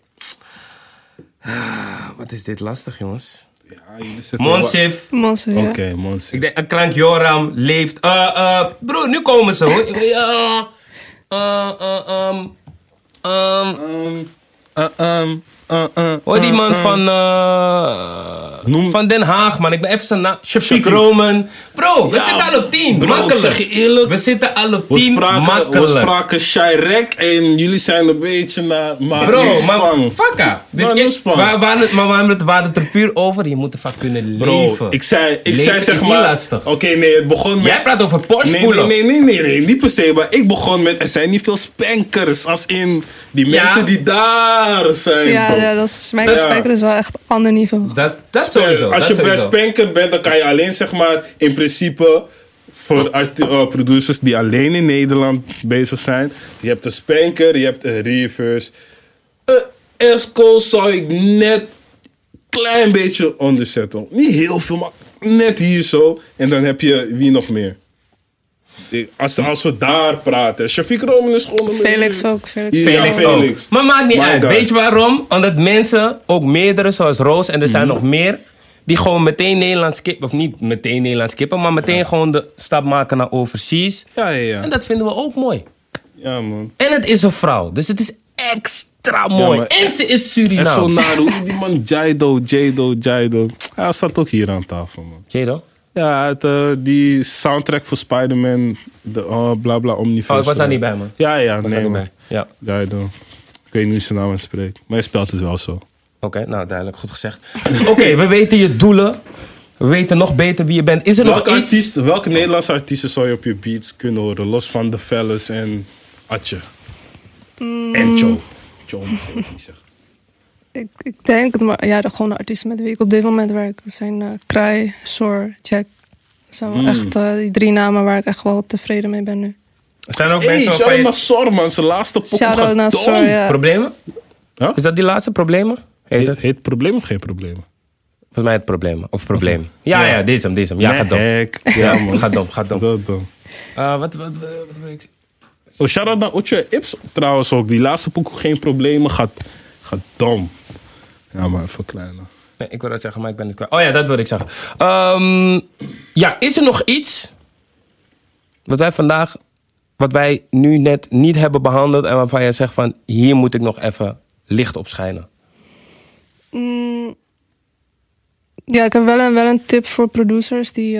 Wat is dit lastig, jongens. Ja, jullie zitten Monsif. Monster, ja. Oké, Monsif. Ik denk, een krank Joram leeft. Bro, nu komen ze hoor. Ja. Hoor die man van... van Den Haag, man. Ik ben even zijn naam. Shafiq Roman. Bro, we zitten al op 10. Bro, makkelijk. zeg je eerlijk. We zitten al op 10. We Makkelijk. spraken Shirek en jullie zijn een beetje naar... Bro, maar fakka. Dus Maar we hadden het er puur over. Je moet ervan kunnen leven. Bro, ik zei Leven is zeg niet maar... lastig. Oké, nee, het begon met... Jij praat over Porsche-spoelen. Nee, niet per se. Maar ik begon met... Er zijn niet veel spankers. Als in die mensen die daar zijn. Ja, bro. ja, dat is, mijn spijker is wel echt een ander niveau. Dat sowieso. Als je bij spanker bent, dan kan je alleen zeg maar in principe... Voor producers die alleen in Nederland bezig zijn. Je hebt een spanker, je hebt een reverse. Esco zou ik net klein beetje onderzetten. Niet heel veel, maar net hier zo. En dan heb je wie nog meer? Als we daar praten. Shafiq Roman is gewoon een Felix beetje... ook. Felix ook. Maar maakt niet uit. Weet je waarom? Omdat mensen, ook meerdere zoals Roos en er zijn nog meer... die gewoon meteen Nederlands skippen. Of niet meteen Nederlands skippen, maar meteen gewoon de stap maken naar overseas. Ja. En dat vinden we ook mooi. Ja, man. En het is een vrouw. Dus het is extra mooi. maar- en ze is En Surinaams. zo naar hoe die man Jaido. Hij staat ook hier aan tafel, man. Jado? Ja, die soundtrack voor Spider-Man, de bla bla Omniverse. Oh, ik was daar niet bij, man. Ja, Was daar nee, niet man. bij. Ja. Jaido. Ik weet niet hoe zijn naam spreekt, maar hij spelt het wel zo. Oké, nou duidelijk. Goed gezegd. Oké, we weten je doelen. We weten nog beter wie je bent. Is er nog iets? Welke Nederlandse artiesten zou je op je beats kunnen horen? Los van de Fellas en Atje. En Joe. Joe mag ik niet zeggen. Ik denk het, maar ja, gewoon de artiesten met wie ik op dit moment werk. Dat zijn Kraai, Sor, Jack. Dat zijn wel echt die 3 namen waar ik echt wel tevreden mee ben nu. Zijn er ook Hey, mensen shout-out waarvan naar je... Sor, man. Zijn laatste pokoe Shout-out gaat naar dom. Sor, ja. Problemen? Huh? Is dat die laatste problemen? Heet het? Heet het probleem of geen probleem? Volgens mij het probleem. Of probleem. Ja, deze hem. Ja, gaat dom. Ja, man. Gaat dom. Dat dan. Wat wil ik... Oh, shout-out naar Otje Ips trouwens ook. Die laatste pokoe geen problemen gaat dom. Ja, maar even kleiner. Nee, ik wil dat zeggen, maar ik ben het kwijt. Oh ja, dat wil ik zeggen. Ja, is er nog iets... wat wij nu net niet hebben behandeld... en waarvan jij zegt van... hier moet ik nog even licht op schijnen? Ja, ik heb wel een tip voor producers die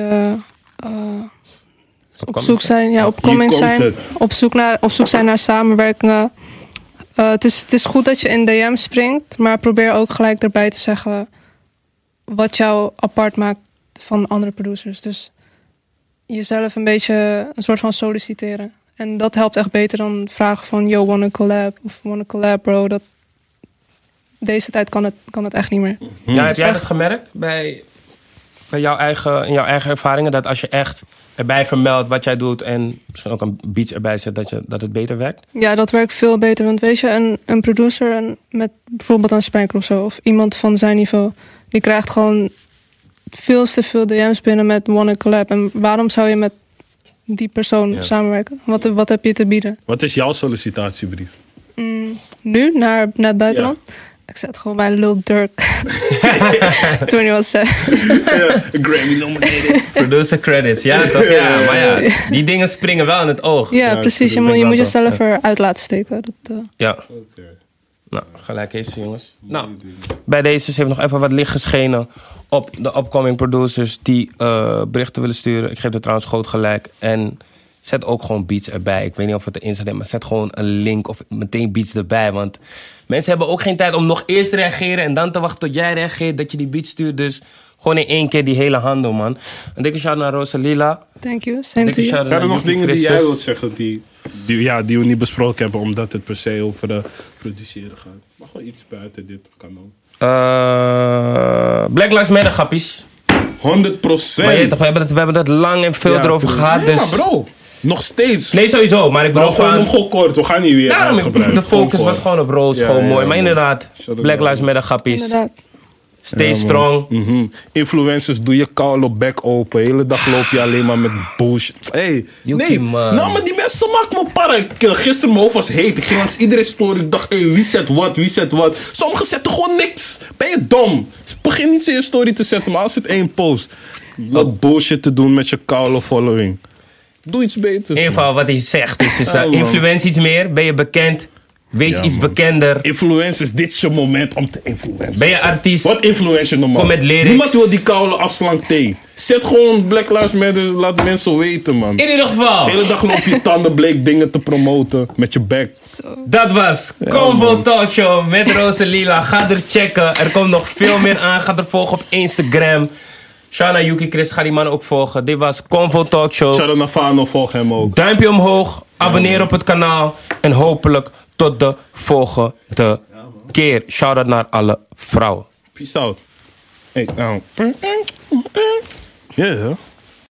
op zoek zijn, opkoming zijn, op zoek zijn naar samenwerkingen. Het is goed dat je in DM springt, maar probeer ook gelijk erbij te zeggen wat jou apart maakt van andere producers. Dus jezelf een beetje een soort van solliciteren. En dat helpt echt beter dan vragen van yo, wanna collab? Of wanna collab, bro? Deze tijd kan het echt niet meer. Ja, heb jij dat gemerkt bij jouw eigen ervaringen? Dat als je echt erbij vermeldt wat jij doet... en misschien ook een beats erbij zet, dat het beter werkt? Ja, dat werkt veel beter. Want weet je, een producer met bijvoorbeeld een Spanker of zo... of iemand van zijn niveau... die krijgt gewoon veel te veel DM's binnen met wanna collab. En waarom zou je met die persoon samenwerken? Wat heb je te bieden? Wat is jouw sollicitatiebrief? Nu, naar het buitenland? Ja. Ik zet gewoon bij Lil Durk. Toen hij was... Grammy nominated. Producer credits, ja toch? Ja, maar ja, die dingen springen wel in het oog. Ja, precies. Je moet jezelf eruit laten steken. Ja. Nou, gelijk heeft ze, jongens. Nou, bij deze heeft nog even wat licht geschenen op de upcoming producers die berichten willen sturen. Ik geef er trouwens groot gelijk. En zet ook gewoon beats erbij. Ik weet niet of het erin staat, maar zet gewoon een link of meteen beats erbij. Want mensen hebben ook geen tijd om nog eerst te reageren en dan te wachten tot jij reageert dat je die beats stuurt. Dus gewoon in 1 keer die hele handel, man. Een dikke shout naar Rosalila. Thank you. Same to you. Zijn er nog dingen die jij wilt zeggen die we niet besproken hebben omdat het per se over produceren gaat? Maar gewoon iets buiten dit kan ook. Black Lives Matter, grappies. 100%. Maar je, toch, we hebben het lang en veel erover gehad. Dus... Ja, bro. Nog steeds. Nee, sowieso. Maar ik bedoel gewoon kort. We gaan niet weer gebruiken. De focus was gewoon op Roos. Gewoon mooi. Maar inderdaad, Black Lives Matter, grappies. Inderdaad. Stay strong. Influencers, doe je koude bek open. De hele dag loop je alleen maar met bullshit. Hey, nee, man. Nou, maar die mensen maken me para. Gisteren mijn hoofd was heet. Ik ging langs iedere story. Ik dacht, hey, wie zet wat? Sommigen zetten gewoon niks. Ben je dom? Begin niet in je story te zetten, maar als het 1 post. Wat bullshit te doen met je koude following. Doe iets beters. In ieder geval wat hij zegt. Dus influence iets meer. Ben je bekend? Wees Ja, iets man. bekender. Influencers, dit is je moment om te influencen. Ben je artiest? Wat influence je normaal? Kom met lyrics. Niemand wil die koude afslank thee. Zet gewoon Black Lives Matter, laat mensen weten, man. In ieder geval. De hele dag loop je tanden bleek dingen te promoten met je bek. Zo. Dat was Convo Talk Show met Rosalila. Ga er checken. Er komt nog veel meer aan. Ga er volgen op Instagram. Shana, Yuki, Chris, ga die man ook volgen. Dit was Convo Talk Show. Shout-out naar Fano, volg hem ook. Duimpje omhoog. Abonneer op het kanaal. En hopelijk tot de volgende keer. Shout-out naar alle vrouwen. Peace out. Hey, Yeah.